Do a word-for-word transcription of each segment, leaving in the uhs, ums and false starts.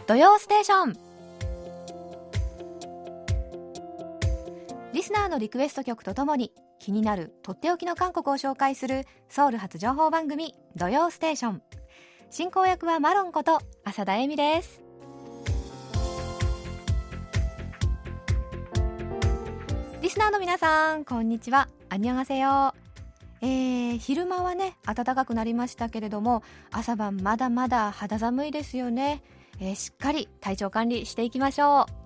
土曜ステーション。リスナーのリクエスト曲とともに気になるとっておきの韓国を紹介するソウル発情報番組土曜ステーション。進行役はマロンこと浅田恵美です。リスナーの皆さんこんにちは、アンニョンハセヨ。えー、昼間はね暖かくなりましたけれども、朝晩まだまだ肌寒いですよね。えー、しっかり体調管理していきましょう。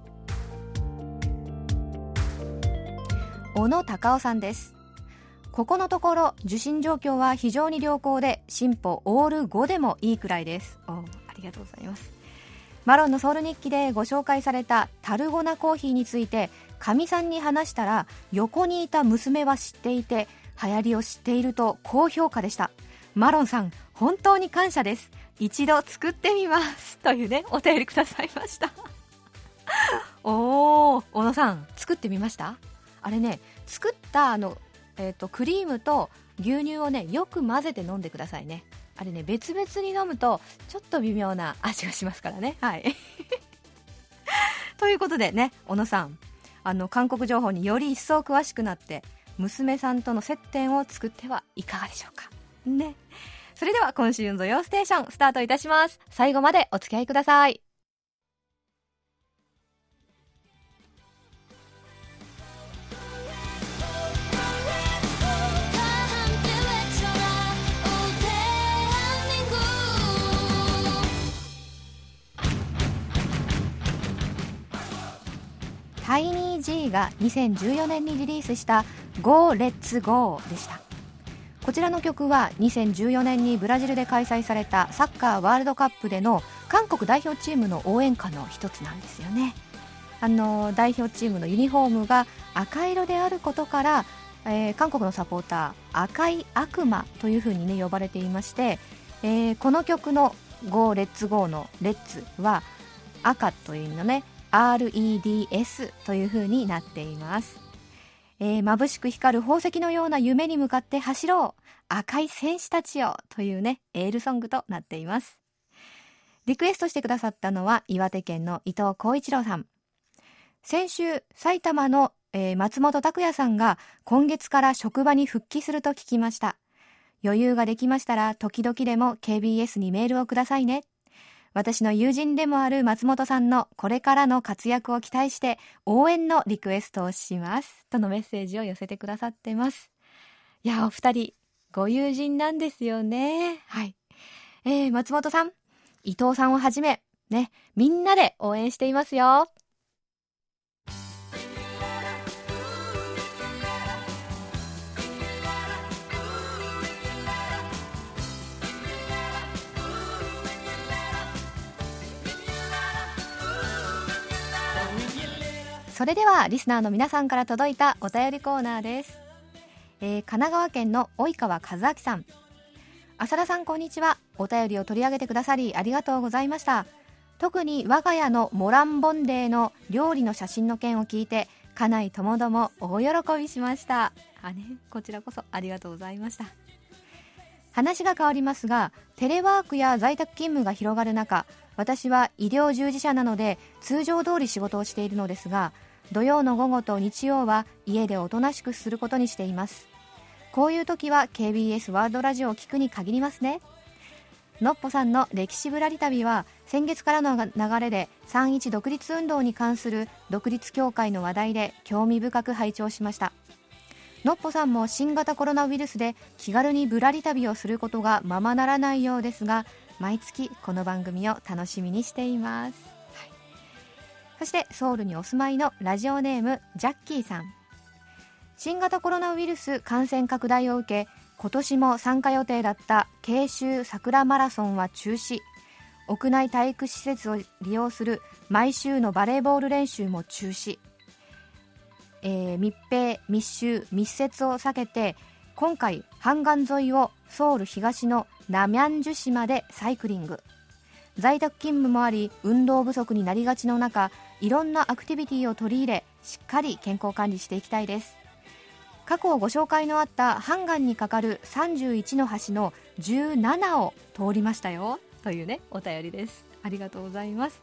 小野隆夫さんです。ここのところ受信状況は非常に良好で、進歩オールごでもいいくらいです。お、ありがとうございます。マロンのソウル日記でご紹介されたタルゴナコーヒーについてかみさんに話したら、横にいた娘は知っていて流行りを知っていると高評価でした。マロンさん本当に感謝です、一度作ってみますというねお便りくださいましたおー、小野さん作ってみました？あれね、作ったあの、えーと、クリームと牛乳をねよく混ぜて飲んでくださいね。あれね別々に飲むとちょっと微妙な味がしますからね。はいということでね、小野さんあの韓国情報により一層詳しくなって娘さんとの接点を作ってはいかがでしょうかね。それでは今週の土曜ステーションスタートいたします。最後までお付き合いください。タイニー G がにせんじゅうよねんにリリースした Go Let's Go でした。こちらの曲はにせんじゅうよねんにブラジルで開催されたサッカーワールドカップでの韓国代表チームの応援歌の一つなんですよね。あの代表チームのユニフォームが赤色であることから、えー、韓国のサポーター赤い悪魔というふうに、ね、呼ばれていまして、えー、この曲の Go Let's Go のレッツは赤という意味のねアールイーディーエス という風になっています。えー、眩しく光る宝石のような夢に向かって走ろう赤い戦士たちよというねエールソングとなっています。リクエストしてくださったのは岩手県の伊藤浩一郎さん。先週埼玉の、えー、松本拓也さんが今月から職場に復帰すると聞きました。余裕ができましたら時々でも ケービーエス にメールをくださいね。私の友人でもある松本さんのこれからの活躍を期待して応援のリクエストをしますとのメッセージを寄せてくださってます。いや、お二人ご友人なんですよね。はい、えー、松本さん、伊藤さんをはじめね、みんなで応援していますよ。それではリスナーの皆さんから届いたお便りコーナーです。えー、神奈川県の及川和明さん。浅田さんこんにちは。お便りを取り上げてくださりありがとうございました。特に我が家のモランボンデーの料理の写真の件を聞いて家内ともども大喜びしました。あ、ね、こちらこそありがとうございました。話が変わりますが、テレワークや在宅勤務が広がる中、私は医療従事者なので通常通り仕事をしているのですが、土曜の午後と日曜は家でおとなしくすることにしています。こういう時は ケービーエス ワールドラジオを聞くに限りますね。のっぽさんの歴史ぶらり旅は先月からの流れでさんいち独立運動に関する独立協会の話題で興味深く拝聴しました。のっぽさんも新型コロナウイルスで気軽にぶらり旅をすることがままならないようですが、毎月この番組を楽しみにしています。そしてソウルにお住まいのラジオネームジャッキーさん。新型コロナウイルス感染拡大を受け、今年も参加予定だった慶州桜マラソンは中止、屋内体育施設を利用する毎週のバレーボール練習も中止、えー、密閉密集密接を避けて今回ハンガン沿いをソウル東のナミャンジュ市までサイクリング。在宅勤務もあり運動不足になりがちの中、いろんなアクティビティを取り入れしっかり健康管理していきたいです。過去ご紹介のあったハンガンにかかるさんじゅういちの橋のじゅうななを通りましたよというねお便りです。ありがとうございます。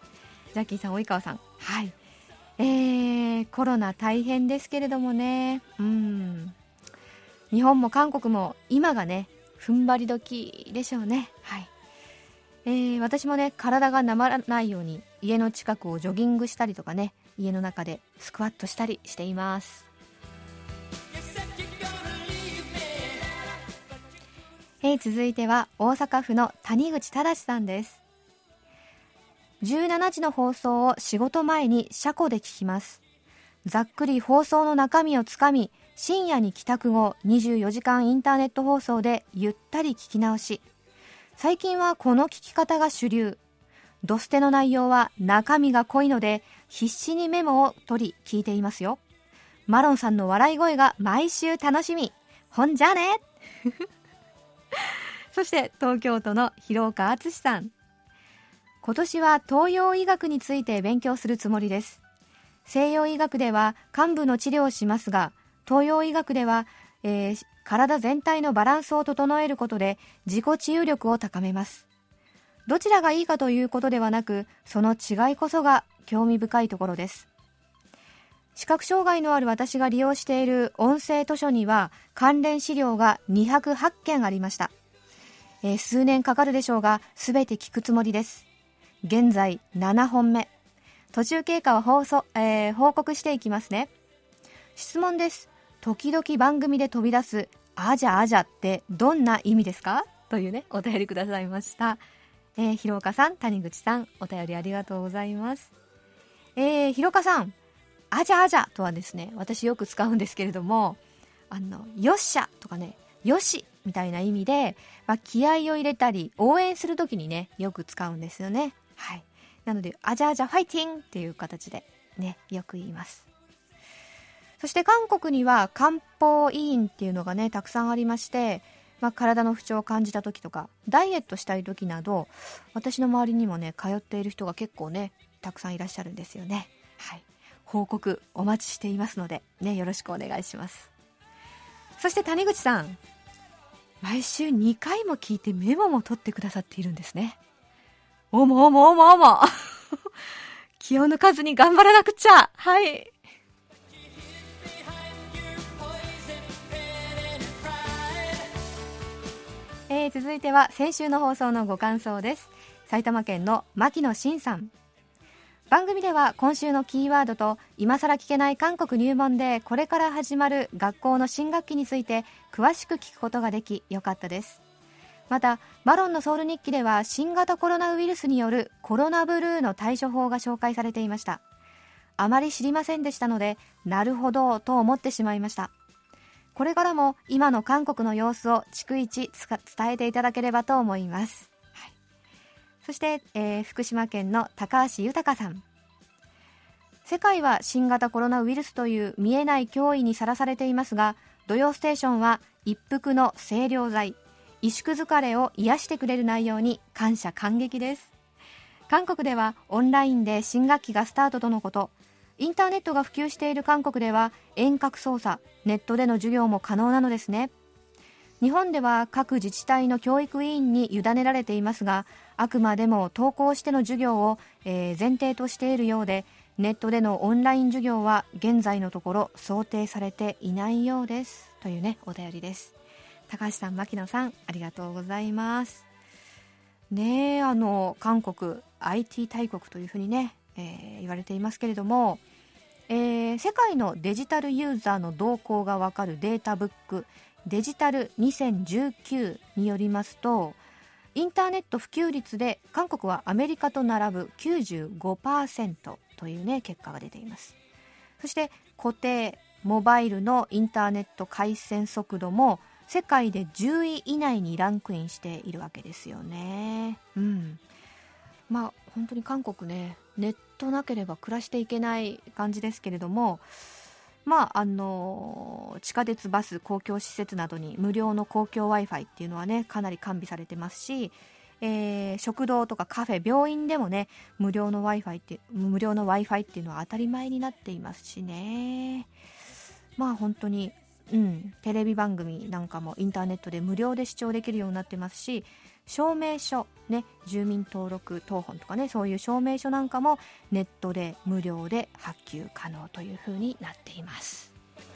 ジャッキーさん、及川さん、はい、えー、コロナ大変ですけれどもね、うん、日本も韓国も今がね踏ん張り時でしょうね。はい、えー、私もね体がなまらないように家の近くをジョギングしたりとかね、家の中でスクワットしたりしています。えー、続いては大阪府の谷口忠さんです。じゅうしちじの放送を仕事前に車庫で聞きます。ざっくり放送の中身をつかみ、深夜に帰宅後にじゅうよじかんインターネット放送でゆったり聞き直し、最近はこの聞き方が主流。ドステの内容は中身が濃いので必死にメモを取り聞いていますよ。マロンさんの笑い声が毎週楽しみ。ほんじゃねそして東京都の広岡敦さん、今年は東洋医学について勉強するつもりです。西洋医学では患部の治療をしますが、東洋医学では、えー、体全体のバランスを整えることで自己治癒力を高めます。どちらがいいかということではなく、その違いこそが興味深いところです。視覚障害のある私が利用している音声図書には関連資料がにひゃくはちけんありました。えー、数年かかるでしょうが、すべて聞くつもりです。現在ななほんめ、途中経過は放送、えー、報告していきますね。質問です。時々番組で飛び出すあじゃあじゃってどんな意味ですか、というねお便りくださいました。えー、広岡さん、谷口さん、お便りありがとうございます。えー、広岡さん、あじゃあじゃとはですね、私よく使うんですけれども、あのよっしゃとかね、よしみたいな意味で、まあ、気合を入れたり応援するときにねよく使うんですよね。はい、なのであじゃあじゃファイティングっていう形でねよく言います。そして韓国には漢方医院っていうのがねたくさんありまして、まあ、体の不調を感じた時とかダイエットしたい時など、私の周りにもね通っている人が結構ねたくさんいらっしゃるんですよね。はい、報告お待ちしていますのでね、よろしくお願いします。そして谷口さん、毎週にかいも聞いてメモも取ってくださっているんですね。おもおもおもおも気を抜かずに頑張らなくちゃ。はい、えー、続いては先週の放送のご感想です。埼玉県の牧野真さん、番組では今週のキーワードと今更聞けない韓国入門でこれから始まる学校の新学期について詳しく聞くことができよかったです。またマロンのソウル日記では新型コロナウイルスによるコロナブルーの対処法が紹介されていました。あまり知りませんでしたので、なるほどと思ってしまいました。これからも今の韓国の様子を逐一伝えていただければと思います。はい、そして、えー、福島県の高橋豊さん、世界は新型コロナウイルスという見えない脅威にさらされていますが、土曜ステーションは一服の清涼剤、萎縮疲れを癒してくれる内容に感謝感激です。韓国ではオンラインで新学期がスタートとのこと。インターネットが普及している韓国では遠隔操作、ネットでの授業も可能なのですね。日本では各自治体の教育委員に委ねられていますが、あくまでも登校しての授業を、えー、前提としているようで、ネットでのオンライン授業は現在のところ想定されていないようです、というねお便りです。高橋さん、牧野さん、ありがとうございますね。えあの韓国 アイティー 大国というふうにね、えー、言われていますけれども、えー、世界のデジタルユーザーの動向がわかるデータブックデジタルにせんじゅうきゅうによりますと、インターネット普及率で韓国はアメリカと並ぶ きゅうじゅうごパーセント というね結果が出ています。そして固定モバイルのインターネット回線速度も世界でじゅうい以内にランクインしているわけですよね。うん、まあ本当に韓国ね、ネットなければ暮らしていけない感じですけれども、まああの地下鉄、バス、公共施設などに無料の公共 Wi-Fi っていうのはねかなり完備されてますし、えー、食堂とかカフェ、病院でもね無料の Wi-Fi って無料の Wi-Fi っていうのは当たり前になっていますしね。まあ本当にうん、テレビ番組なんかもインターネットで無料で視聴できるようになってますし、証明書、ね、住民登録謄本とかね、そういう証明書なんかもネットで無料で発給可能という風になっています。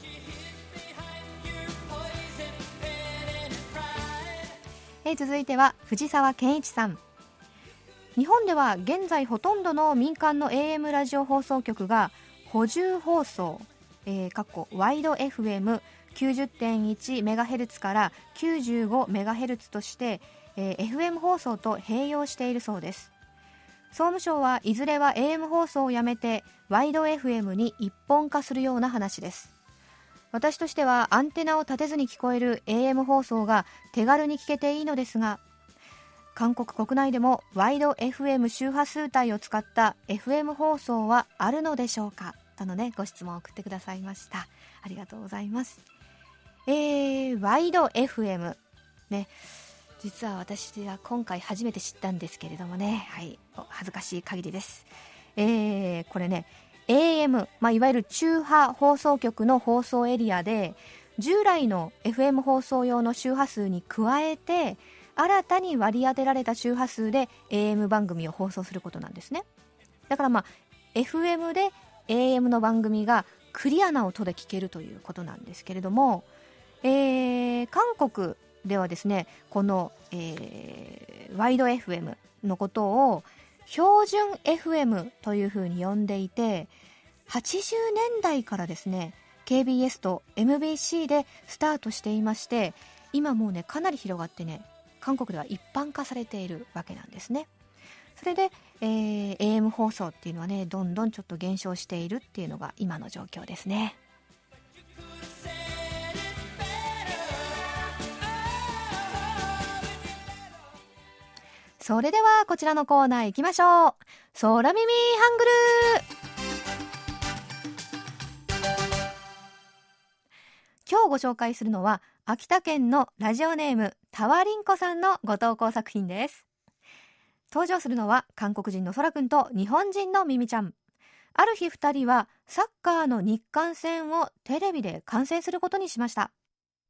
え続いては藤沢健一さん。日本では現在ほとんどの民間の エーエム ラジオ放送局が補充放送、えー、かっこワイド エフエムきゅうじゅってんいちメガヘルツ から きゅうじゅうごメガヘルツ として、えー、エフエム 放送と併用しているそうです。総務省はいずれは エーエム 放送をやめてワイド エフエム に一本化するような話です。私としてはアンテナを立てずに聞こえる エーエム 放送が手軽に聞けていいのですが、韓国国内でもワイド エフエム 周波数帯を使った エフエム 放送はあるのでしょうか、とのねご質問を送ってくださいました。ありがとうございます。えー、ワイド エフエム ね、実は私は今回初めて知ったんですけれどもね、はい、恥ずかしい限りです。えー、これね エーエム、まあ、いわゆる中波放送局の放送エリアで従来の エフエム 放送用の周波数に加えて新たに割り当てられた周波数で エーエム 番組を放送することなんですね。だからまあ エフエム で エーエム の番組がクリアな音で聞けるということなんですけれども、えー、韓国ではですね、この、えー、ワイド エフエム のことを標準 エフエム というふうに呼んでいて、はちじゅうねんだいからですね ケービーエス と エムビーシー でスタートしていまして、今もうねかなり広がってね韓国では一般化されているわけなんですね。それで、えー、エーエム 放送っていうのはねどんどんちょっと減少しているっていうのが今の状況ですね。それではこちらのコーナー行きましょう。空耳ハングル。今日ご紹介するのは秋田県のラジオネームタワリンコさんのご投稿作品です。登場するのは韓国人のソラくんと日本人のミミちゃん。ある日ふたりはサッカーの日韓戦をテレビで観戦することにしました。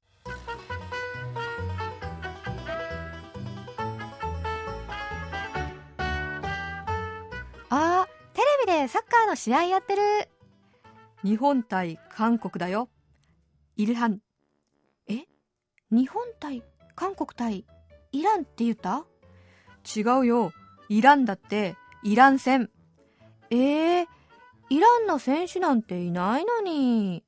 あー、テレビでサッカーの試合やってる。日本対韓国だよ。イルハン。え？日本対韓国対イランって言った？違うよ。イランだって。イラン戦。えー、イランの選手なんていないのに。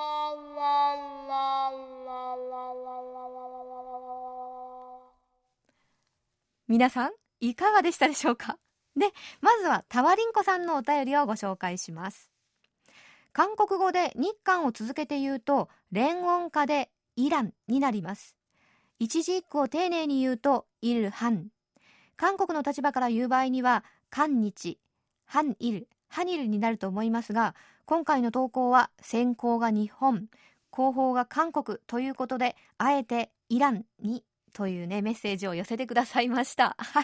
皆さんいかがでしたでしょうか。で、まずはタワリンコさんのお便りをご紹介します。韓国語で日韓を続けて言うと連音化でイランになります。一字一句を丁寧に言うとイルハン。韓国の立場から言う場合には韓日、ハンイル、ハニルになると思いますが、今回の投稿は先行が日本、後方が韓国ということで、あえてイランにというねメッセージを寄せてくださいました。はい。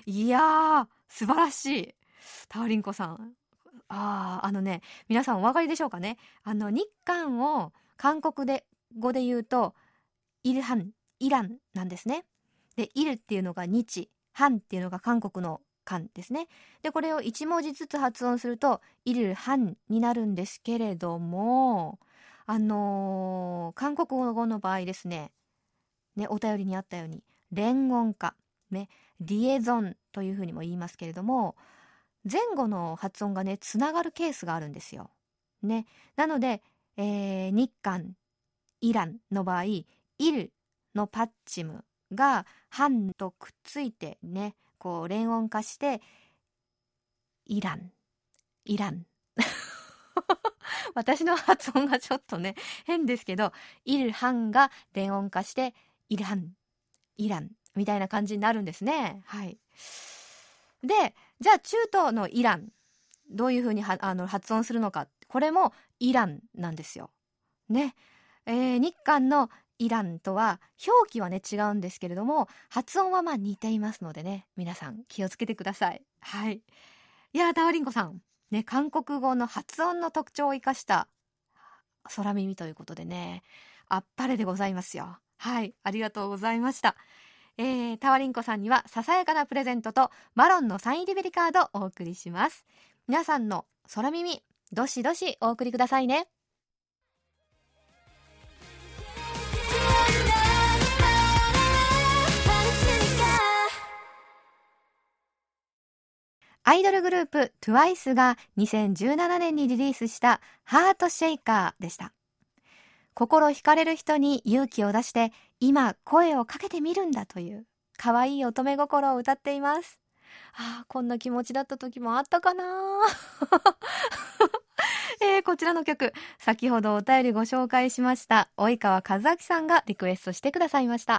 いやー素晴らしい。タワリンコさん。あーあのね皆さんお分かりでしょうかね。あの日韓を韓国で語で言うとイルハン、イランなんですね。でイルっていうのが日、ハンっていうのが韓国の韓ですね。でこれを一文字ずつ発音するとイルハンになるんですけれども、あのー、韓国語の場合ですねねお便りにあったように連音化、ね、リエゾンというふうにも言いますけれども、前後の発音がねつながるケースがあるんですよ、ね、なので、えー、日韓イランの場合イルのパッチムがハンとくっついてねこう連音化してイランイラン私の発音がちょっとね変ですけど、イルハンが連音化してイルハンイランみたいな感じになるんですね。はい。でじゃあ中東のイランどういう風にはあの発音するのか、これもイランなんですよね。えー、日韓のイランとは表記はね違うんですけれども発音はまあ似ていますのでね、皆さん気をつけてください。はい。いやータワリンコさんね、韓国語の発音の特徴を生かした空耳ということでね、あっぱれでございますよ。はい、ありがとうございました。えー、タワリンコさんにはささやかなプレゼントとマロンのサインリベリカードをお送りします。皆さんの空耳、どしどしお送りくださいね。アイドルグループ トゥワイス がにせんじゅうななねんにリリースしたハートシェイカーでした。心惹かれる人に勇気を出して今声をかけてみるんだという可愛い乙女心を歌っています。ああ、こんな気持ちだった時もあったかなえー、こちらの曲、先ほどお便りご紹介しました及川和明さんがリクエストしてくださいました。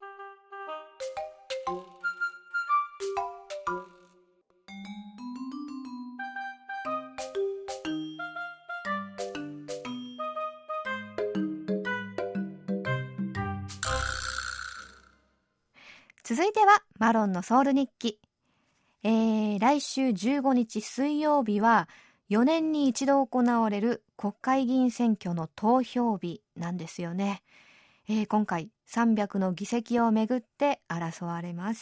続いてはマロンのソウル日記。えー、来週じゅうごにち水曜日はよねんに一度行われる国会議員選挙の投票日なんですよね。えー、今回さんびゃくの議席をめぐって争われます。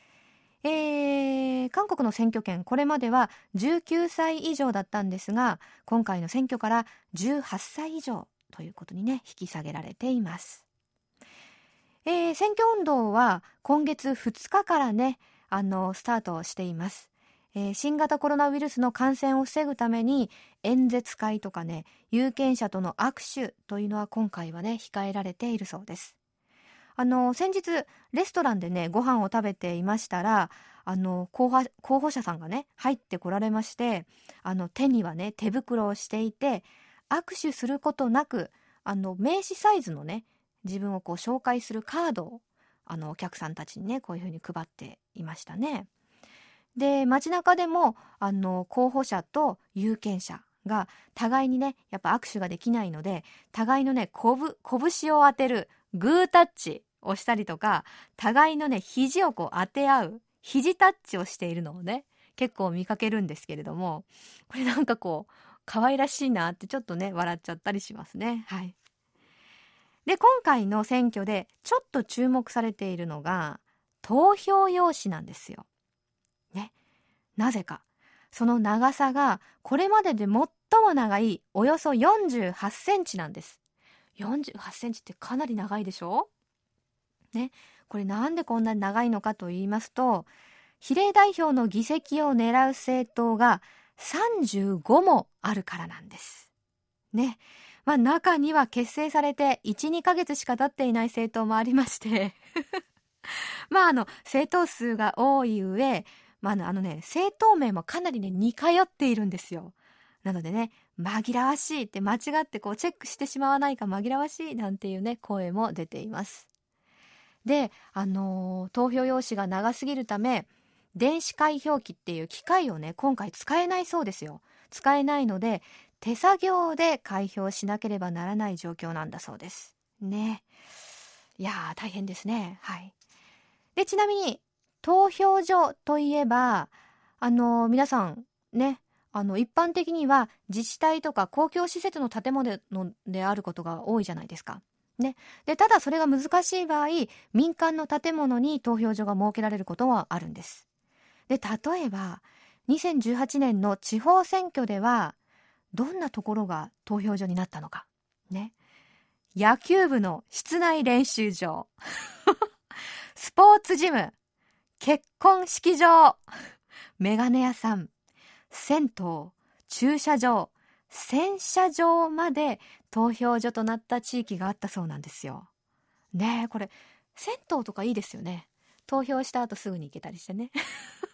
えー、韓国の選挙権、これまではじゅうきゅうさい以上だったんですが、今回の選挙からじゅうはっさい以上ということにね、引き下げられています。えー、選挙運動は今月ふつかからね、あのスタートしています。えー、新型コロナウイルスの感染を防ぐために演説会とかね、有権者との握手というのは今回はね、控えられているそうです。あの先日レストランでね、ご飯を食べていましたら、あの候補、候補者さんがね入ってこられまして、あの手にはね手袋をしていて、握手することなく、あの名刺サイズのね、自分をこう紹介するカードをあのお客さんたちにね、こういうふうに配っていましたね。で、街中でもあの候補者と有権者が互いにね、やっぱ握手ができないので、互いのね、こぶ、拳を当てるグータッチをしたりとか、互いのね、肘をこう当て合う肘タッチをしているのをね、結構見かけるんですけれども、これなんかこう可愛らしいなってちょっとね、笑っちゃったりしますね。はい。で、今回の選挙でちょっと注目されているのが投票用紙なんですよ。ね。なぜか。その長さがこれまでで最も長いおよそよんじゅうはちセンチなんです。よんじゅうはちセンチってかなり長いでしょ？ね。これなんでこんなに長いのかと言いますと、比例代表の議席を狙う政党がさんじゅうごもあるからなんです。ね。まあ、中には結成されていち、にかげつしか経っていない政党もありましてまああの政党数が多い上、まあ、あのね政党名もかなりね似通っているんですよ。なのでね、紛らわしいって間違ってこうチェックしてしまわないか紛らわしいなんていうね声も出ています。で、あのー、投票用紙が長すぎるため電子開票機っていう機械をね今回使えないそうですよ。使えないので手作業で開票しなければならない状況なんだそうですね。いやー大変ですね。はい。で、ちなみに投票所といえば、あのー、皆さんね、あの一般的には自治体とか公共施設の建物であることが多いじゃないですか。ね。で、ただそれが難しい場合、民間の建物に投票所が設けられることはあるんです。で、例えばにせんじゅうはちねんの地方選挙ではどんなところが投票所になったのかね。野球部の室内練習場スポーツジム、結婚式場、メガネ屋さん、銭湯、駐車場、洗車場まで投票所となった地域があったそうなんですよ。ねえ、これ銭湯とかいいですよね。投票した後すぐに行けたりしてね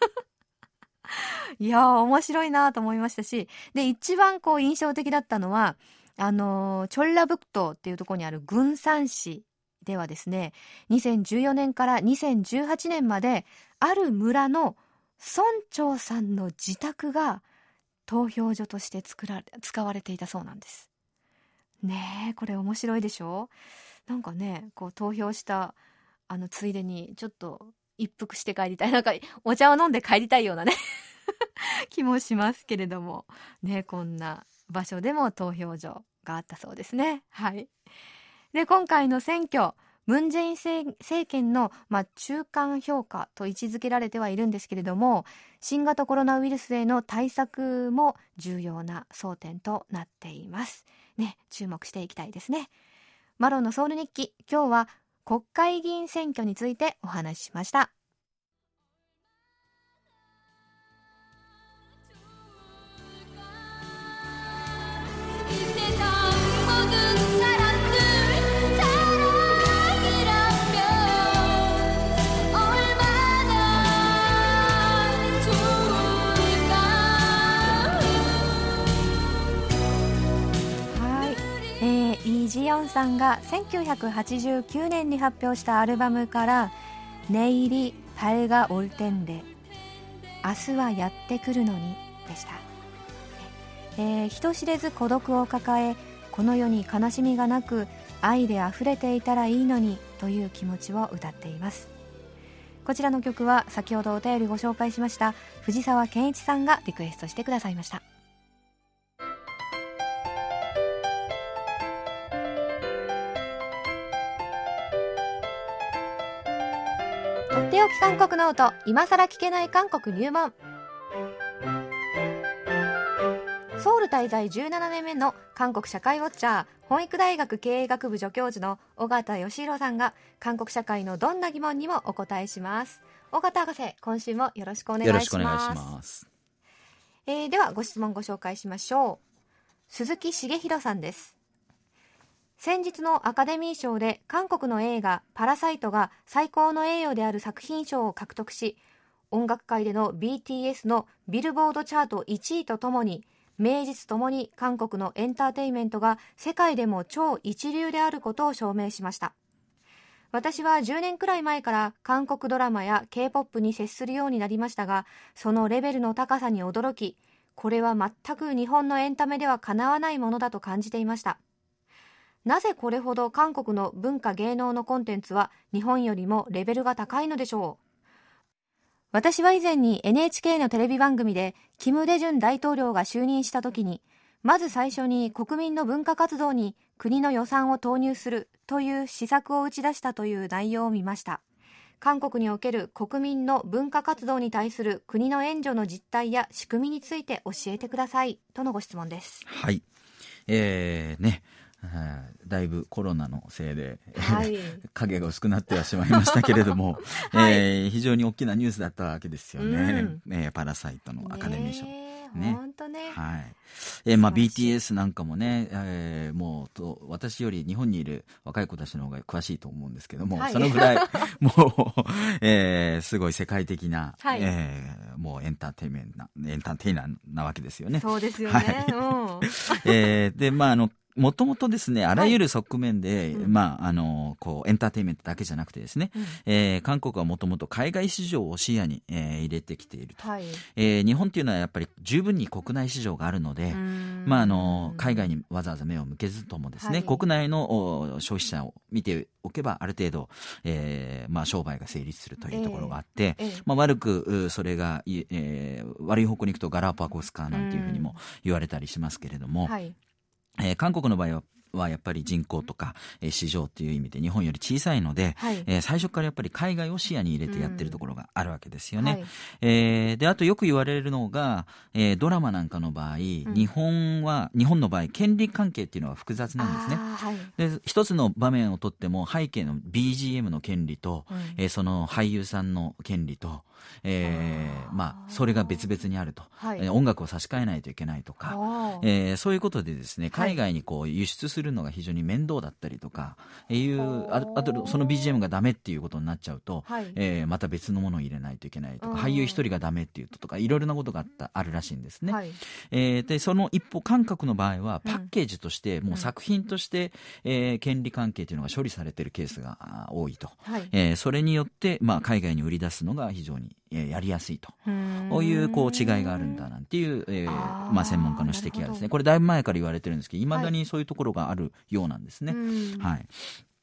いやー面白いなと思いましたし、で一番こう印象的だったのはあのー、チョンラブクトっていうところにある軍山市ではですね、にせんじゅうよねんからにせんじゅうはちねんまである村の村長さんの自宅が投票所として作られ使われていたそうなんです。ねえ、これ面白いでしょ。なんかね、こう投票したあのついでにちょっと一服して帰りたい、なんかお茶を飲んで帰りたいようなね気もしますけれどもね、こんな場所でも投票所があったそうですね。はい。で、今回の選挙、ムン・ジェイン政権の、まあ、中間評価と位置づけられてはいるんですけれども、新型コロナウイルスへの対策も重要な争点となっていますね。注目していきたいですね。マロンのソウル日記、今日は国会議員選挙についてお話ししました。イ・ジヨンさんがせんきゅうひゃくはちじゅうきゅうねんに発表したアルバムから내일이 밝아 올 텐데明日はやってくるのにでした。えー、人知れず孤独を抱え、この世に悲しみがなく愛であふれていたらいいのにという気持ちを歌っています。こちらの曲は先ほどお便りご紹介しました藤沢健一さんがリクエストしてくださいました。とっておき韓国の音、今さら聞けない韓国入門。ソウル滞在じゅうななねんめの韓国社会ウォッチャー、本育大学経営学部助教授の尾形義弘さんが韓国社会のどんな疑問にもお答えします。尾形博士、今週もよろしくお願いします。よろしくお願いします。えー、ではご質問ご紹介しましょう。鈴木茂弘さんです。先日のアカデミー賞で韓国の映画パラサイトが最高の栄誉である作品賞を獲得し、音楽界での ビーティーエス のビルボードチャートいちいとともに名実ともに韓国のエンターテインメントが世界でも超一流であることを証明しました。私はじゅうねんくらい前から韓国ドラマや K-ポップ に接するようになりましたが、そのレベルの高さに驚き、これは全く日本のエンタメではかなわないものだと感じていました。なぜこれほど韓国の文化芸能のコンテンツは日本よりもレベルが高いのでしょう。私は以前に エヌエイチケー のテレビ番組でキム・デジュン大統領が就任した時に、まず最初に国民の文化活動に国の予算を投入するという施策を打ち出したという内容を見ました。韓国における国民の文化活動に対する国の援助の実態や仕組みについて教えてくださいとのご質問です。 はい、えー、ねだいぶコロナのせいで、はい、影が薄くなってはしまいましたけれども、はい、えー、非常に大きなニュースだったわけですよね、うん、えー、パラサイトのアカデミー賞、 ね、本当ね、 はい、えーまあ、ビーティーエス なんかもね、えー、もうと私より日本にいる若い子たちの方が詳しいと思うんですけども、はい、そのぐらいもう、えー、すごい世界的な、はい、えー、もうエンターテイメンなエンターテイナーなわけですよね。 そうですよね、はい、うん、 えー、でまああのもともとですね、あらゆる側面で、はい、まあ、あの、こう、エンターテインメントだけじゃなくてですね、うん、えー、韓国はもともと海外市場を視野に、えー、入れてきていると、はい、えー。日本っていうのはやっぱり十分に国内市場があるので、まあ、あの、海外にわざわざ目を向けずともですね、はい、国内の消費者を見ておけば、ある程度、えー、まあ、商売が成立するというところがあって、えーえー、まあ、悪く、それが、えー、悪い方向に行くとガラパゴス化なんていうふうにも言われたりしますけれども、はい、えー、韓国の場合ははやっぱり人口とか、えー、市場という意味で日本より小さいので、はい、えー、最初からやっぱり海外を視野に入れてやってるところがあるわけですよね、はい、えー、であとよく言われるのが、えー、ドラマなんかの場合、うん、日本は日本の場合権利関係っていうのは複雑なんですね、はい、で一つの場面をとっても背景の ビージーエム の権利と、うん、えー、その俳優さんの権利と、えー、まあそれが別々にあると、はい、えー、音楽を差し替えないといけないとか、えー、そういうことでですね、海外にこう輸出するのが非常に面倒だったりとか、はい、いう あ, あとその ビージーエム がダメっていうことになっちゃうと、はい、えー、また別のものを入れないといけないとか、俳優一人がダメっていうとかいろいろなことがあったあるらしいんですね、はい、えー、でその一方韓国の場合はパッケージとして、うん、もう作品として、えー、権利関係というのが処理されているケースが多いと、はい、えー、それによって、まあ、海外に売り出すのが非常にやりやすいと、こういうこう違いがあるんだなんていう、えーまあ、専門家の指摘がですね、これだいぶ前から言われてるんですけど、いまだにそういうところがあるようなんですね、はい。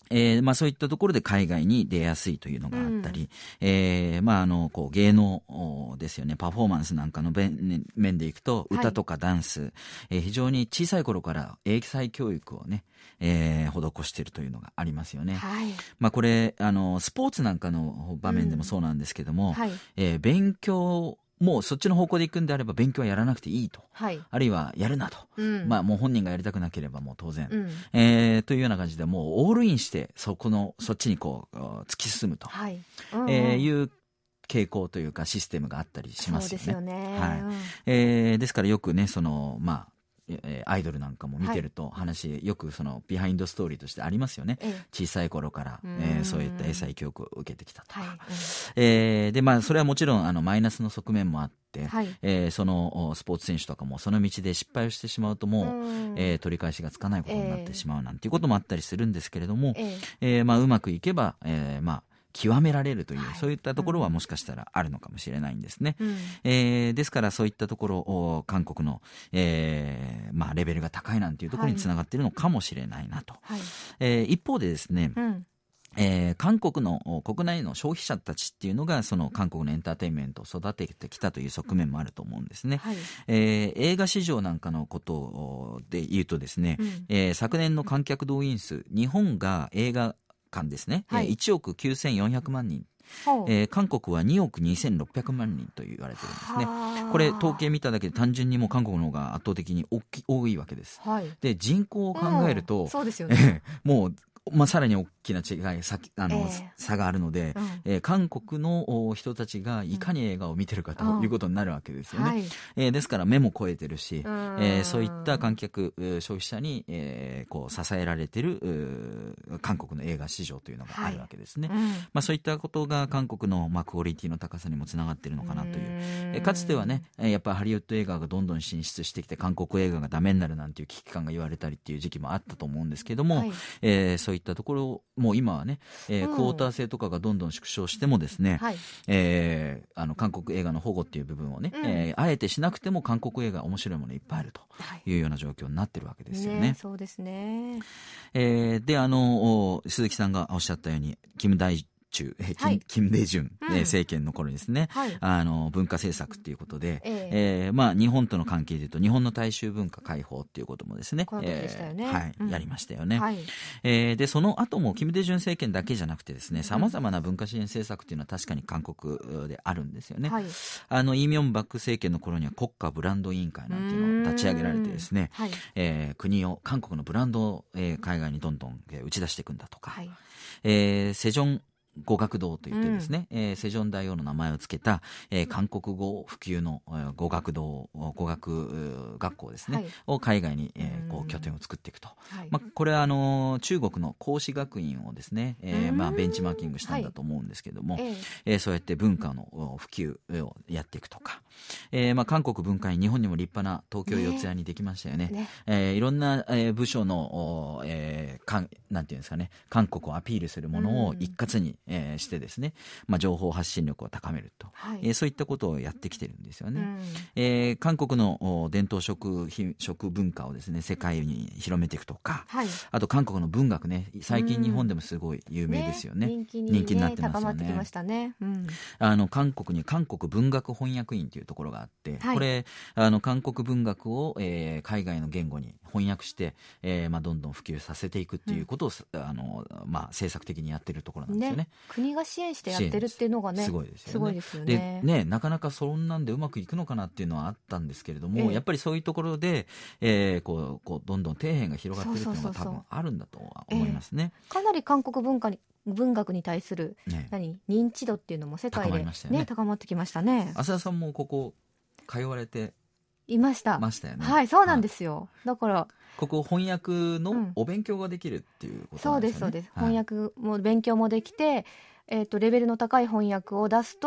えーまあ、そういったところで海外に出やすいというのがあったり、うんえーまあ、あのこう芸能ですよね、パフォーマンスなんかの面でいくと歌とかダンス、はいえー、非常に小さい頃から英才教育をね、えー、施しているというのがありますよね、はいまあ、これあのスポーツなんかの場面でもそうなんですけども、うんはいえー、勉強もうそっちの方向で行くんであれば勉強はやらなくていいと、はい、あるいはやるなと、うんまあ、もう本人がやりたくなければもう当然、うんえー、というような感じでもうオールインしてそこのそっちにこう突き進むと、はいうんうんえー、いう傾向というかシステムがあったりしますよね。そうですよね、はいうんえー、ですからよくねそのまあアイドルなんかも見てると話、はい、よくそのビハインドストーリーとしてありますよね、ええ、小さい頃から、えー、そういった英才教育を受けてきたとか、はいえーでまあ、それはもちろんあのマイナスの側面もあって、はいえー、そのスポーツ選手とかもその道で失敗をしてしまうともう、うえー、取り返しがつかないことになってしまうなんていうこともあったりするんですけれども、ええーまあ、うまくいけば、えーまあ極められるという、はい、そういったところはもしかしたらあるのかもしれないんですね、うんえー、ですからそういったところ韓国の、えーまあ、レベルが高いなんていうところにつながっているのかもしれないなと、はいえー、一方でですね、うんえー、韓国の国内の消費者たちっていうのがその韓国のエンターテインメントを育ててきたという側面もあると思うんですね、はいえー、映画市場なんかのことで言うとですね、うんえー、昨年の観客動員数日本が映画間ですね、はい、いちおくきゅうせんよんひゃくまんにん、えー、韓国はにおくにせんろっぴゃくまんにんと言われてるんですね。これ統計見ただけで単純にもう韓国の方が圧倒的に大き多いわけです、はい、で人口を考えると、うん、そうですよね、もうまあ、さらに大きな違いさあの、えー、差があるので、うんえー、韓国の人たちがいかに映画を見てるかということになるわけですよね、うんはいえー、ですから目も超えてるし、えー、そういった観客消費者に、えー、こう支えられてる韓国の映画市場というのがあるわけですね、はいうんまあ、そういったことが韓国の、まあ、クオリティの高さにもつながっているのかなという、えー、かつてはねやっぱりハリウッド映画がどんどん進出してきて韓国映画がダメになるなんていう危機感が言われたりっていう時期もあったと思うんですけども、はいえー、そういったところもう今はね、えーうん、クォーター制とかがどんどん縮小してもですね、はいえー、あの韓国映画の保護っていう部分をね、うんえー、あえてしなくても韓国映画面白いものいっぱいあるというような状況になってるわけですよね。ねそうですね、えー、であの鈴木さんがおっしゃったように金大中、えーはい、金大中、うん、政権の頃にですね、はい、あの文化政策ということで、えーえーまあ、日本との関係でいうと日本の大衆文化解放ということもですね、この時でしたよね、えーはいうん、やりましたよね、はいえー、でその後も金大中政権だけじゃなくてですねさまざまな文化支援政策というのは確かに韓国であるんですよね、はい、あのイ・ミョンバク政権の頃には国家ブランド委員会なんていうのを立ち上げられてですね、はいえー、国を韓国のブランドを、えー、海外にどんどん、えー、打ち出していくんだとか、はいえー、セジョン語学堂といってですね、うんえー、セジョン大王の名前を付けた、えー、韓国語普及の、えー、語学堂語学学校ですね、はい、を海外に、えー、こう拠点を作っていくと、はいまあ、これはあのー、中国の孔子学院をですね、えーまあ、ベンチマーキングしたんだと思うんですけども、はいえー、そうやって文化の普及をやっていくとか、えーまあ、韓国文化院日本にも立派な東京四谷にできましたよね、ねえー、いろんな、えー、部署の、えー、かんなんていうんですかね韓国をアピールするものを一括にえー、してですね、まあ、情報発信力を高めると、はいえー、そういったことをやってきてるんですよね、うんえー、韓国の伝統食品食文化をですね世界に広めていくとか、はい、あと韓国の文学ね最近日本でもすごい有名ですよね、うんね人気にね、人気になってますよね高まってきましたね、うん、あの韓国に韓国文学翻訳院というところがあって、はい、これあの韓国文学を、えー、海外の言語に翻訳して、えーまあ、どんどん普及させていくっていうことを、うんあのまあ、政策的にやってるところなんですよね。 国が支援してやってるっていうのがねすごいですよね。 すごいですよね。 でねなかなかそんなんでうまくいくのかなっていうのはあったんですけれども、えー、やっぱりそういうところで、えー、こうこうどんどん底辺が広がってるっていうのが多分あるんだとは思いますね。 えー、かなり韓国文化に文学に対する、ね、何認知度っていうのも世界で、ねね、高まってきましたね。 浅田さんもここ通われていましたましたよね。 はいそうなんですよ、はい、だからここ翻訳のお勉強ができるっていうことなんですよね、うん、そうですそうです、はい、翻訳も勉強もできて、えー、とレベルの高い翻訳を出すと、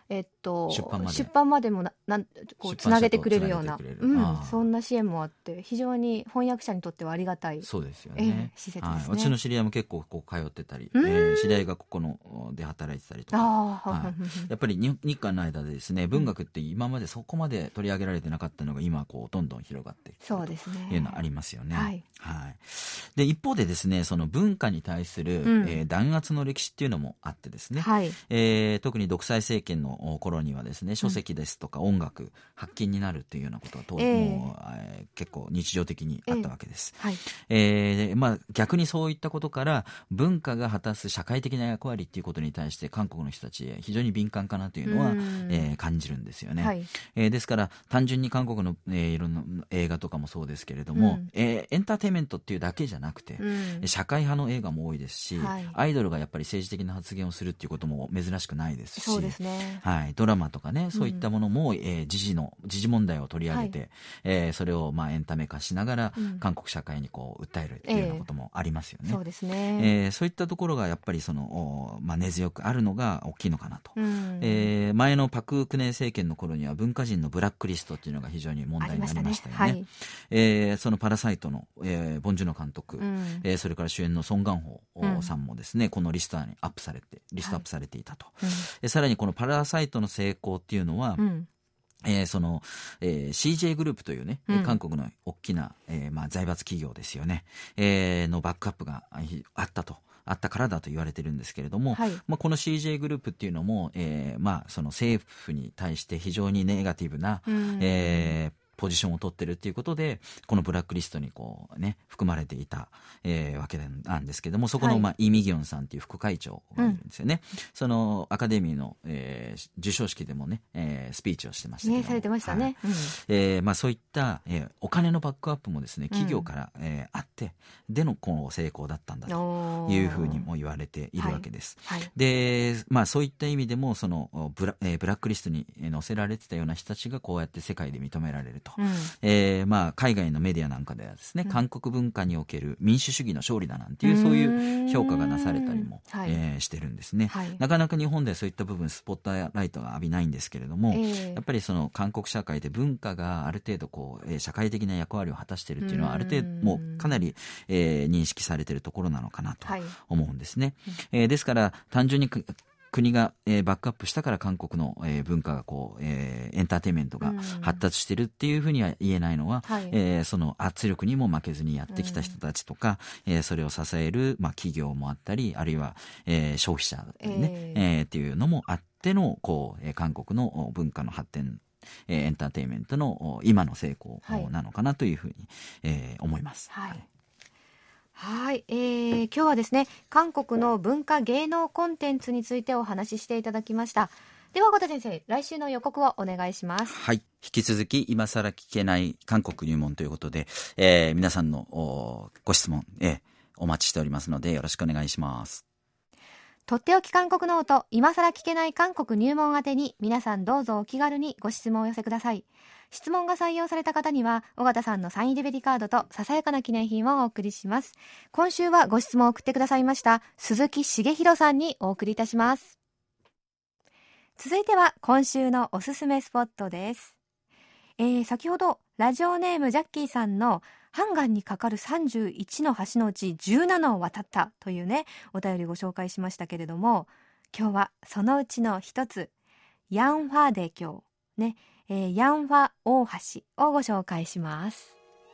えっと、 出版まで出版までもななんこうつなげてくれるような、うん、そんな支援もあって非常に翻訳者にとってはありがたい、 そうですよね、 えー、施設ですね。 はい、うちの知り合いも結構こう通ってたり、えー、知り合いがここので働いてたりとか、はい、やっぱり日韓の間でですね、文学って今までそこまで取り上げられてなかったのが今こうどんどん広がっていくというのはありますよね。はいはい、で一方でですね、その文化に対する、うん、えー、弾圧の歴史っていうのもあってですね、はい、えー、特に独裁政権の頃にはですね、書籍ですとか音楽、うん、発禁になるっていうようなことは当時、えー、もう、えー、結構日常的にあったわけです。えーはい、えーまあ、逆にそういったことから文化が果たす社会的な役割っていうことに対して韓国の人たち非常に敏感かなというのは、えー、感じるんですよね。はい、えー、ですから単純に韓国の、えー、いろんな映画とかもそうですけれども、うん、えー、エンターテインメントっていうだけじゃなくて、うん、社会派の映画も多いですし、はい、アイドルがやっぱり政治的な発言をするっていうことも珍しくないですし、 そうですね、 はい、ドラマとかね、そういったものも、うん、えー、時事の時事問題を取り上げて、はい、えー、それをまあエンタメ化しながら、うん、韓国社会にこう訴えるっていうようなこともありますよね。 えー、そうですね、 えー、そういったところがやっぱりその、まあ、根強くあるのが大きいのかなと、うん、えー、前のパク・クネ政権の頃には文化人のブラックリストっていうのが非常に問題になりましたよね。はい、えー、そのパラサイトの、えー、ボン・ジュノ監督、うん、えー、それから主演のソン・ガンホさんもですね、うん、このリストにアップされてリストアップされていたと、はい、うん、さらにこのパラサイトの成功っていうのは、うん、えー、その、えー、シージェー グループというね、うん、韓国の大きな、えーまあ、財閥企業ですよね、えー、のバックアップがあったとあったからだと言われてるんですけれども、はい、まあ、この シージェー グループっていうのも、えーまあ、その政府に対して非常にネガティブな、うん、えーポジションを取ってるっていうことでこのブラックリストにこうね含まれていた、えー、わけなんですけども、そこの、まあ、イ・ミギョンさんっていう副会長がいるんですよね、うん、そのアカデミーの、えー、授賞式でもね、えー、スピーチをしてましたけども、 ね、されてましたね、はい、 うん、えーまあ、そういった、えー、お金のバックアップもですね企業から、うん、えー、あってでのこの成功だったんだというふうにも言われているわけです、はいはい、で、まあ、そういった意味でもそのブラ、えー、ブラックリストに載せられてたような人たちがこうやって世界で認められると、うん、えーまあ、海外のメディアなんかではですね、うん、韓国文化における民主主義の勝利だなんていうそういう評価がなされたりも、はい、えー、してるんですね、はい、なかなか日本でそういった部分スポットライトが浴びないんですけれども、えー、やっぱりその韓国社会で文化がある程度こう、えー、社会的な役割を果たしているっていうのはある程度もうかなり、えー、認識されているところなのかなと思うんですね、はい、えー、ですから単純に国が、えー、バックアップしたから韓国の、えー、文化がこう、えー、エンターテインメントが発達してるっていうふうには言えないのは、はい、えー、その圧力にも負けずにやってきた人たちとか、うん、えー、それを支える、まあ、企業もあったりあるいは、えー、消費者だったりね、えーえー、っていうのもあってのこう、えー、韓国の文化の発展、えー、エンターテインメントの今の成功なのかなというふうに、はい、えー、思います。はい、はい、 はい、えー、今日はですね韓国の文化芸能コンテンツについてお話ししていただきました。では小田先生、来週の予告をお願いします。 はい、引き続き今更聞けない韓国入門ということで、えー、皆さんのご質問、えー、お待ちしておりますのでよろしくお願いします。 とっておき韓国ノート、今更聞けない韓国入門宛てに皆さんどうぞお気軽にご質問をお寄せください。質問が採用された方には尾形さんのサイン入りベリカードとささやかな記念品をお送りします。今週はご質問を送ってくださいました鈴木茂弘さんにお送りいたします。続いては今週のおすすめスポットです。えー、先ほどラジオネームジャッキーさんのハンガンにかかるさんじゅういちの橋のうちじゅうななを渡ったというねお便りご紹介しましたけれども、今日はそのうちの一つヤンファデ橋ね、えー、ヤンファ大橋をご紹介します。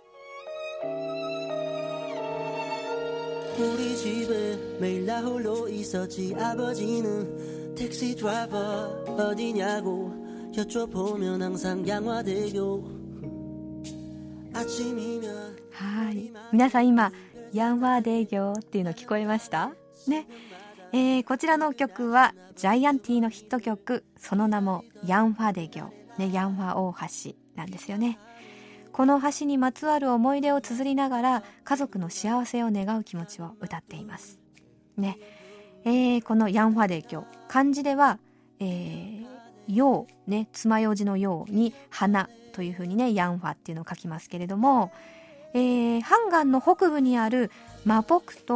はい、皆さん今ヤンファデ橋っていうの聞こえましたね。えー、こちらの曲はジャイアンティーのヒット曲、その名もヤンファデ橋、ね、ヤンファ大橋なんですよね。この橋にまつわる思い出を綴りながら家族の幸せを願う気持ちを歌っていますね。えー、このヤンファデ橋、漢字では、えー、葉ね、爪楊枝の葉に花というふうにねヤンファっていうのを書きますけれども、えー、ハンガンの北部にあるマポクと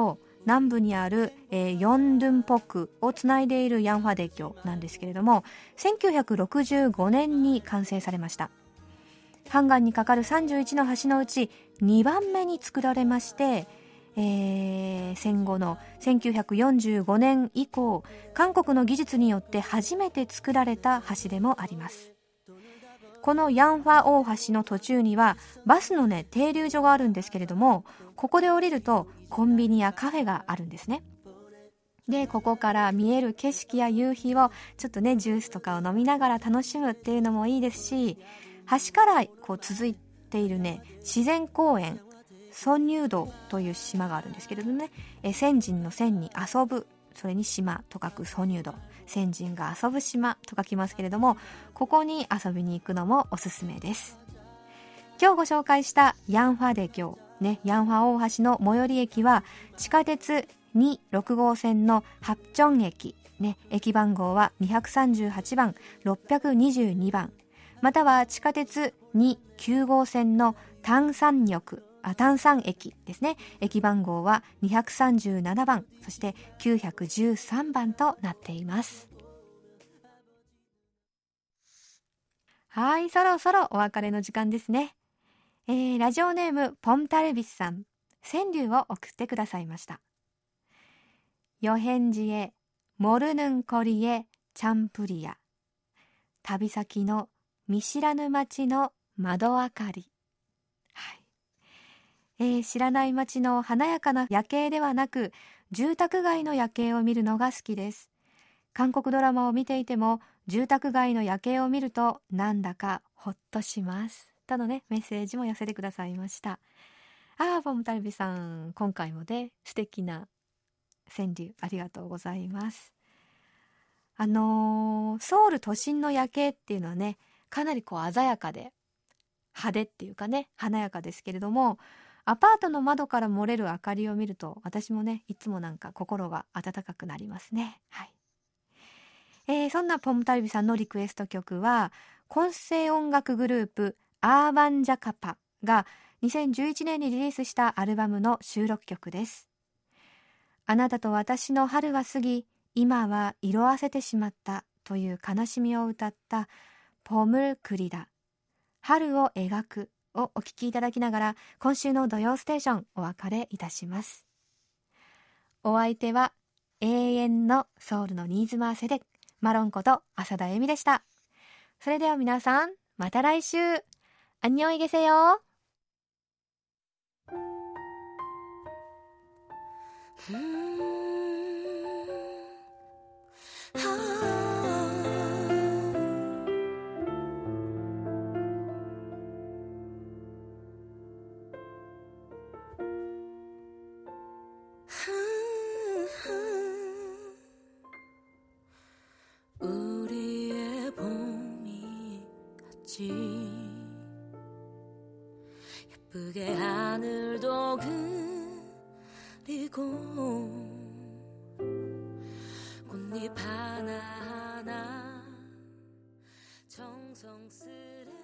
南部にある、えー、ヨンドゥンポクをつないでいるヤンファデ橋なんですけれども、せんきゅうひゃくろくじゅうごねんに完成されました。ハンガンにかかるさんじゅういちの橋のうちにばんめに作られまして、えー、戦後のせんきゅうひゃくよんじゅうごねん以降、韓国の技術によって初めて作られた橋でもあります。このヤンファ大橋の途中にはバスのね停留所があるんですけれども、ここで降りるとコンビニやカフェがあるんですね。でここから見える景色や夕日をちょっとねジュースとかを飲みながら楽しむっていうのもいいですし、橋からこう続いているね自然公園ソンニュードという島があるんですけれどもね、え先人の線に遊ぶ、それに島と書くソンニュード、先人が遊ぶ島と書きますけれども、ここに遊びに行くのもおすすめです。今日ご紹介したヤンファデ橋、ね、ヤンファ大橋の最寄り駅は地下鉄にじゅうろく号線のハプチョン駅、ね、駅番号はにひゃくさんじゅうはちばんろっぴゃくにじゅうにばん、または地下鉄にじゅうきゅう号線の丹山역丹山駅ですね。駅番号はにひゃくさんじゅうななばん、そしてきゅうひゃくじゅうさんばんとなっています。はい、そろそろお別れの時間ですね。えー、ラジオネームポンタルビスさん、川柳を送ってくださいました。ヨヘンジエモルヌンコリエチャンプリア、旅先の見知らぬ街の窓明かり。はい、えー、知らない街の華やかな夜景ではなく、住宅街の夜景を見るのが好きです。韓国ドラマを見ていても住宅街の夜景を見るとなんだかほっとしますとのねメッセージも寄せてくださいました。あー、ポムタルビさん、今回もね素敵な川柳ありがとうございます。あのー、ソウル都心の夜景っていうのはね、かなりこう鮮やかで派手っていうかね華やかですけれども、アパートの窓から漏れる明かりを見ると私もねいつもなんか心が温かくなりますね。はい、えー、そんなポムタルビさんのリクエスト曲は混声音楽グループアーバンジャカパがにせんじゅういちねんにリリースしたアルバムの収録曲です。あなたと私の春は過ぎ、今は色あせてしまったという悲しみを歌ったポムルクリダ、春を描くをお聴きいただきながら、今週の土曜ステーションお別れいたします。お相手は永遠のソウルの新妻セデマロンこと浅田恵美でした。それでは皆さん、また来週。안녕히 계세요。 우리의 봄이 같이 예쁘게 하늘도 그리고 꽃잎 하나하나 정성스레